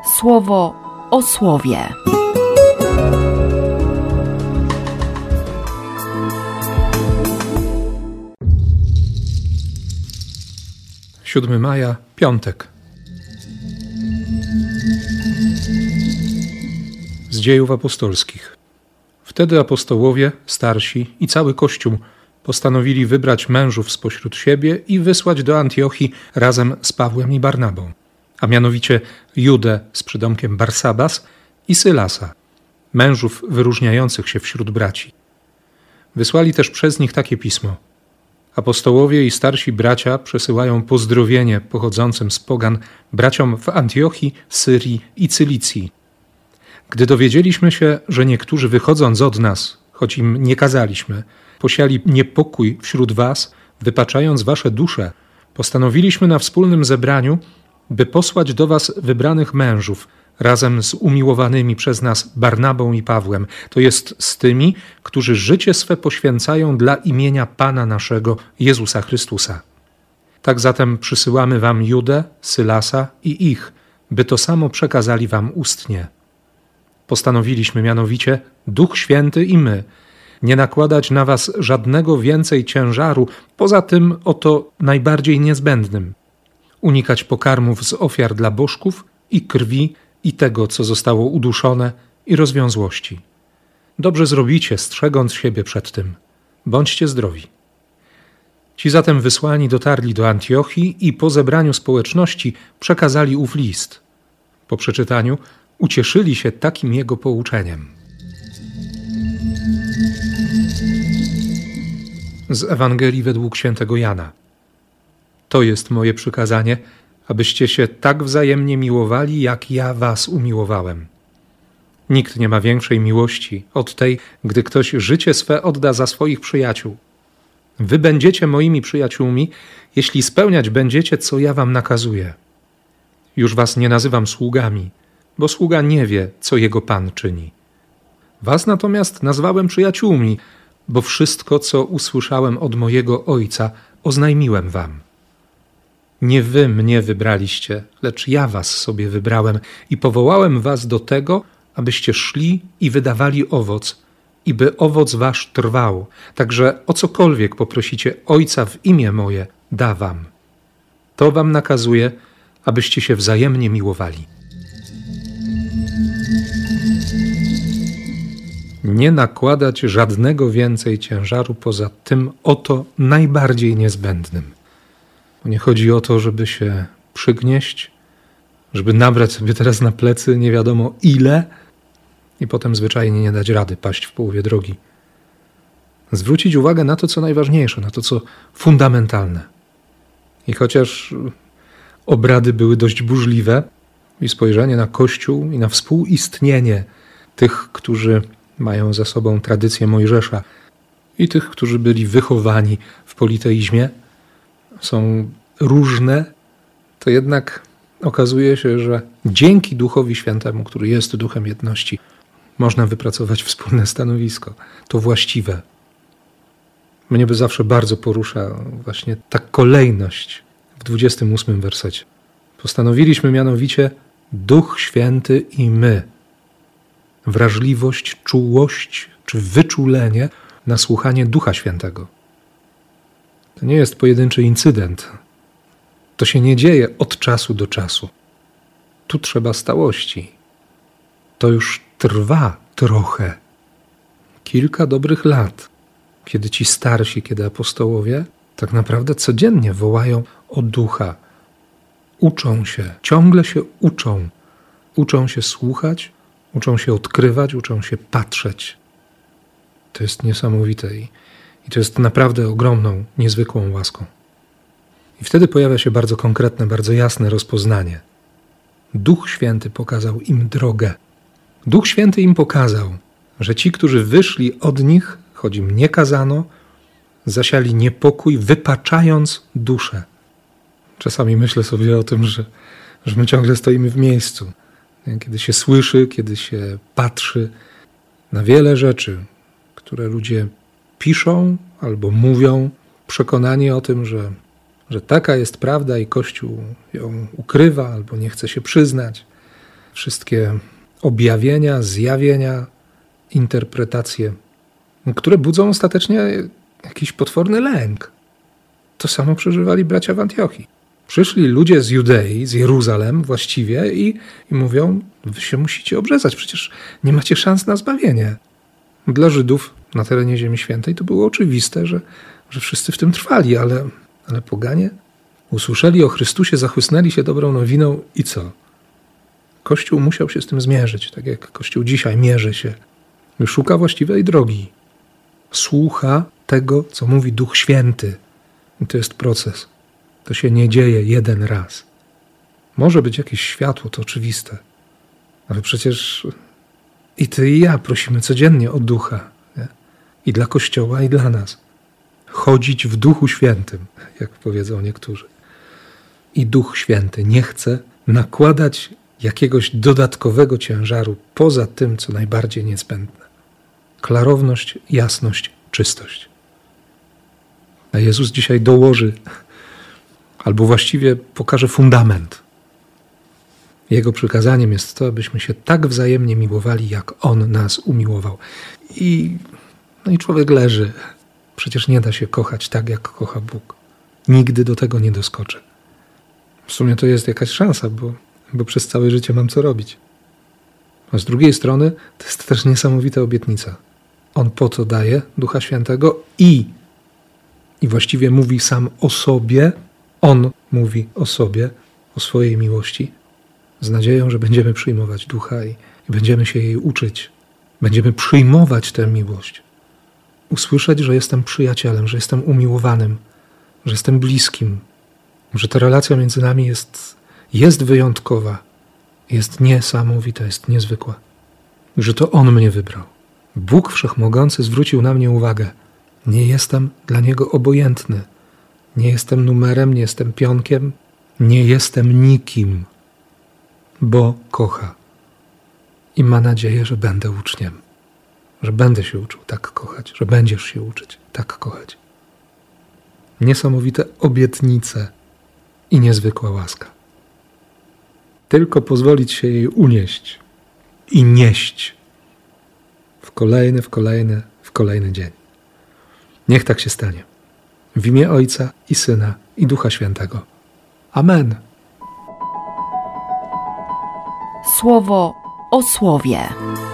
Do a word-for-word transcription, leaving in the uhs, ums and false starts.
Słowo o słowie. siódmego maja, piątek. Z Dziejów Apostolskich. Wtedy apostołowie, starsi i cały Kościół postanowili wybrać mężów spośród siebie i wysłać do Antiochii razem z Pawłem i Barnabą, a mianowicie Judę z przydomkiem Barsabas i Sylasa, mężów wyróżniających się wśród braci. Wysłali też przez nich takie pismo. Apostołowie i starsi bracia przesyłają pozdrowienie pochodzącym z pogan braciom w Antiochii, Syrii i Cylicji. Gdy dowiedzieliśmy się, że niektórzy wychodząc od nas, choć im nie kazaliśmy, posiali niepokój wśród was, wypaczając wasze dusze, postanowiliśmy na wspólnym zebraniu, by posłać do was wybranych mężów, razem z umiłowanymi przez nas Barnabą i Pawłem, to jest z tymi, którzy życie swe poświęcają dla imienia Pana naszego, Jezusa Chrystusa. Tak zatem przysyłamy wam Judę, Sylasa i ich, by to samo przekazali wam ustnie. Postanowiliśmy mianowicie, Duch Święty i my, nie nakładać na was żadnego więcej ciężaru, poza tym oto najbardziej niezbędnym. Unikać pokarmów z ofiar dla bożków i krwi i tego, co zostało uduszone, i rozwiązłości. Dobrze zrobicie, strzegąc siebie przed tym. Bądźcie zdrowi. Ci zatem wysłani dotarli do Antiochii i po zebraniu społeczności przekazali ów list. Po przeczytaniu ucieszyli się takim jego pouczeniem. Z Ewangelii według świętego Jana. To jest moje przykazanie, abyście się tak wzajemnie miłowali, jak ja was umiłowałem. Nikt nie ma większej miłości od tej, gdy ktoś życie swe odda za swoich przyjaciół. Wy będziecie moimi przyjaciółmi, jeśli spełniać będziecie, co ja wam nakazuję. Już was nie nazywam sługami, bo sługa nie wie, co jego Pan czyni. Was natomiast nazwałem przyjaciółmi, bo wszystko, co usłyszałem od mojego Ojca, oznajmiłem wam. Nie wy mnie wybraliście, lecz ja was sobie wybrałem i powołałem was do tego, abyście szli i wydawali owoc, i by owoc wasz trwał, także o cokolwiek poprosicie Ojca w imię moje, da wam. To wam nakazuję, abyście się wzajemnie miłowali. Nie nakładać żadnego więcej ciężaru poza tym oto najbardziej niezbędnym. Nie chodzi o to, żeby się przygnieść, żeby nabrać sobie teraz na plecy nie wiadomo ile i potem zwyczajnie nie dać rady paść w połowie drogi. Zwrócić uwagę na to, co najważniejsze, na to, co fundamentalne. I chociaż obrady były dość burzliwe i spojrzenie na Kościół i na współistnienie tych, którzy mają za sobą tradycję Mojżesza i tych, którzy byli wychowani w politeizmie, są różne, to jednak okazuje się, że dzięki Duchowi Świętemu, który jest Duchem jedności, można wypracować wspólne stanowisko, to właściwe. Mnie by zawsze bardzo porusza właśnie ta kolejność w dwudziestym ósmym wersecie. Postanowiliśmy mianowicie Duch Święty i my. Wrażliwość, czułość czy wyczulenie na słuchanie Ducha Świętego. To nie jest pojedynczy incydent. To się nie dzieje od czasu do czasu. Tu trzeba stałości. To już trwa trochę. Kilka dobrych lat, kiedy ci starsi, kiedy apostołowie tak naprawdę codziennie wołają o Ducha. Uczą się, ciągle się uczą. Uczą się słuchać, uczą się odkrywać, uczą się patrzeć. To jest niesamowite i I to jest naprawdę ogromną, niezwykłą łaską. I wtedy pojawia się bardzo konkretne, bardzo jasne rozpoznanie. Duch Święty pokazał im drogę. Duch Święty im pokazał, że ci, którzy wyszli od nich, choć im nie kazano, zasiali niepokój, wypaczając duszę. Czasami myślę sobie o tym, że, że my ciągle stoimy w miejscu. Kiedy się słyszy, kiedy się patrzy na wiele rzeczy, które ludzie piszą albo mówią, przekonani o tym, że, że taka jest prawda i Kościół ją ukrywa albo nie chce się przyznać. wszystkie objawienia, zjawienia, interpretacje, które budzą ostatecznie jakiś potworny lęk. To samo przeżywali bracia w Antiochii. Przyszli ludzie z Judei, z Jeruzalem właściwie i, i mówią, wy się musicie obrzezać, przecież nie macie szans na zbawienie. Dla Żydów na terenie Ziemi Świętej to było oczywiste, że, że wszyscy w tym trwali, ale, ale poganie usłyszeli o Chrystusie, zachłysnęli się dobrą nowiną i co? Kościół musiał się z tym zmierzyć, tak jak Kościół dzisiaj mierzy się. Szuka właściwej drogi. Słucha tego, co mówi Duch Święty. I to jest proces. To się nie dzieje jeden raz. Może być jakieś światło, to oczywiste. Ale przecież i ty, i ja prosimy codziennie o Ducha. Nie? I dla Kościoła, i dla nas. Chodzić w Duchu Świętym, jak powiedzą niektórzy. I Duch Święty nie chce nakładać jakiegoś dodatkowego ciężaru poza tym, co najbardziej niezbędne. Klarowność, jasność, czystość. A Jezus dzisiaj dołoży, albo właściwie pokaże fundament. Jego przykazaniem jest to, abyśmy się tak wzajemnie miłowali, jak On nas umiłował. I, no i człowiek leży. Przecież nie da się kochać tak, jak kocha Bóg. Nigdy do tego nie doskoczę. W sumie to jest jakaś szansa, bo, bo przez całe życie mam co robić. A z drugiej strony to jest też niesamowita obietnica. On po to daje Ducha Świętego i, i właściwie mówi sam o sobie. On mówi o sobie, o swojej miłości, z nadzieją, że będziemy przyjmować Ducha i, i będziemy się jej uczyć. Będziemy przyjmować tę miłość. Usłyszeć, że jestem przyjacielem, że jestem umiłowanym, że jestem bliskim, że ta relacja między nami jest, jest wyjątkowa, jest niesamowita, jest niezwykła. Że to On mnie wybrał. Bóg Wszechmogący zwrócił na mnie uwagę. Nie jestem dla Niego obojętny. Nie jestem numerem, nie jestem pionkiem, nie jestem nikim, bo kocha. I ma nadzieję, że będę uczniem, że będę się uczył tak kochać, że będziesz się uczyć tak kochać. Niesamowite obietnice i niezwykła łaska. Tylko pozwolić się jej unieść i nieść w kolejny, w kolejny, w kolejny dzień. Niech tak się stanie. W imię Ojca i Syna i Ducha Świętego. Amen. Słowo o słowie.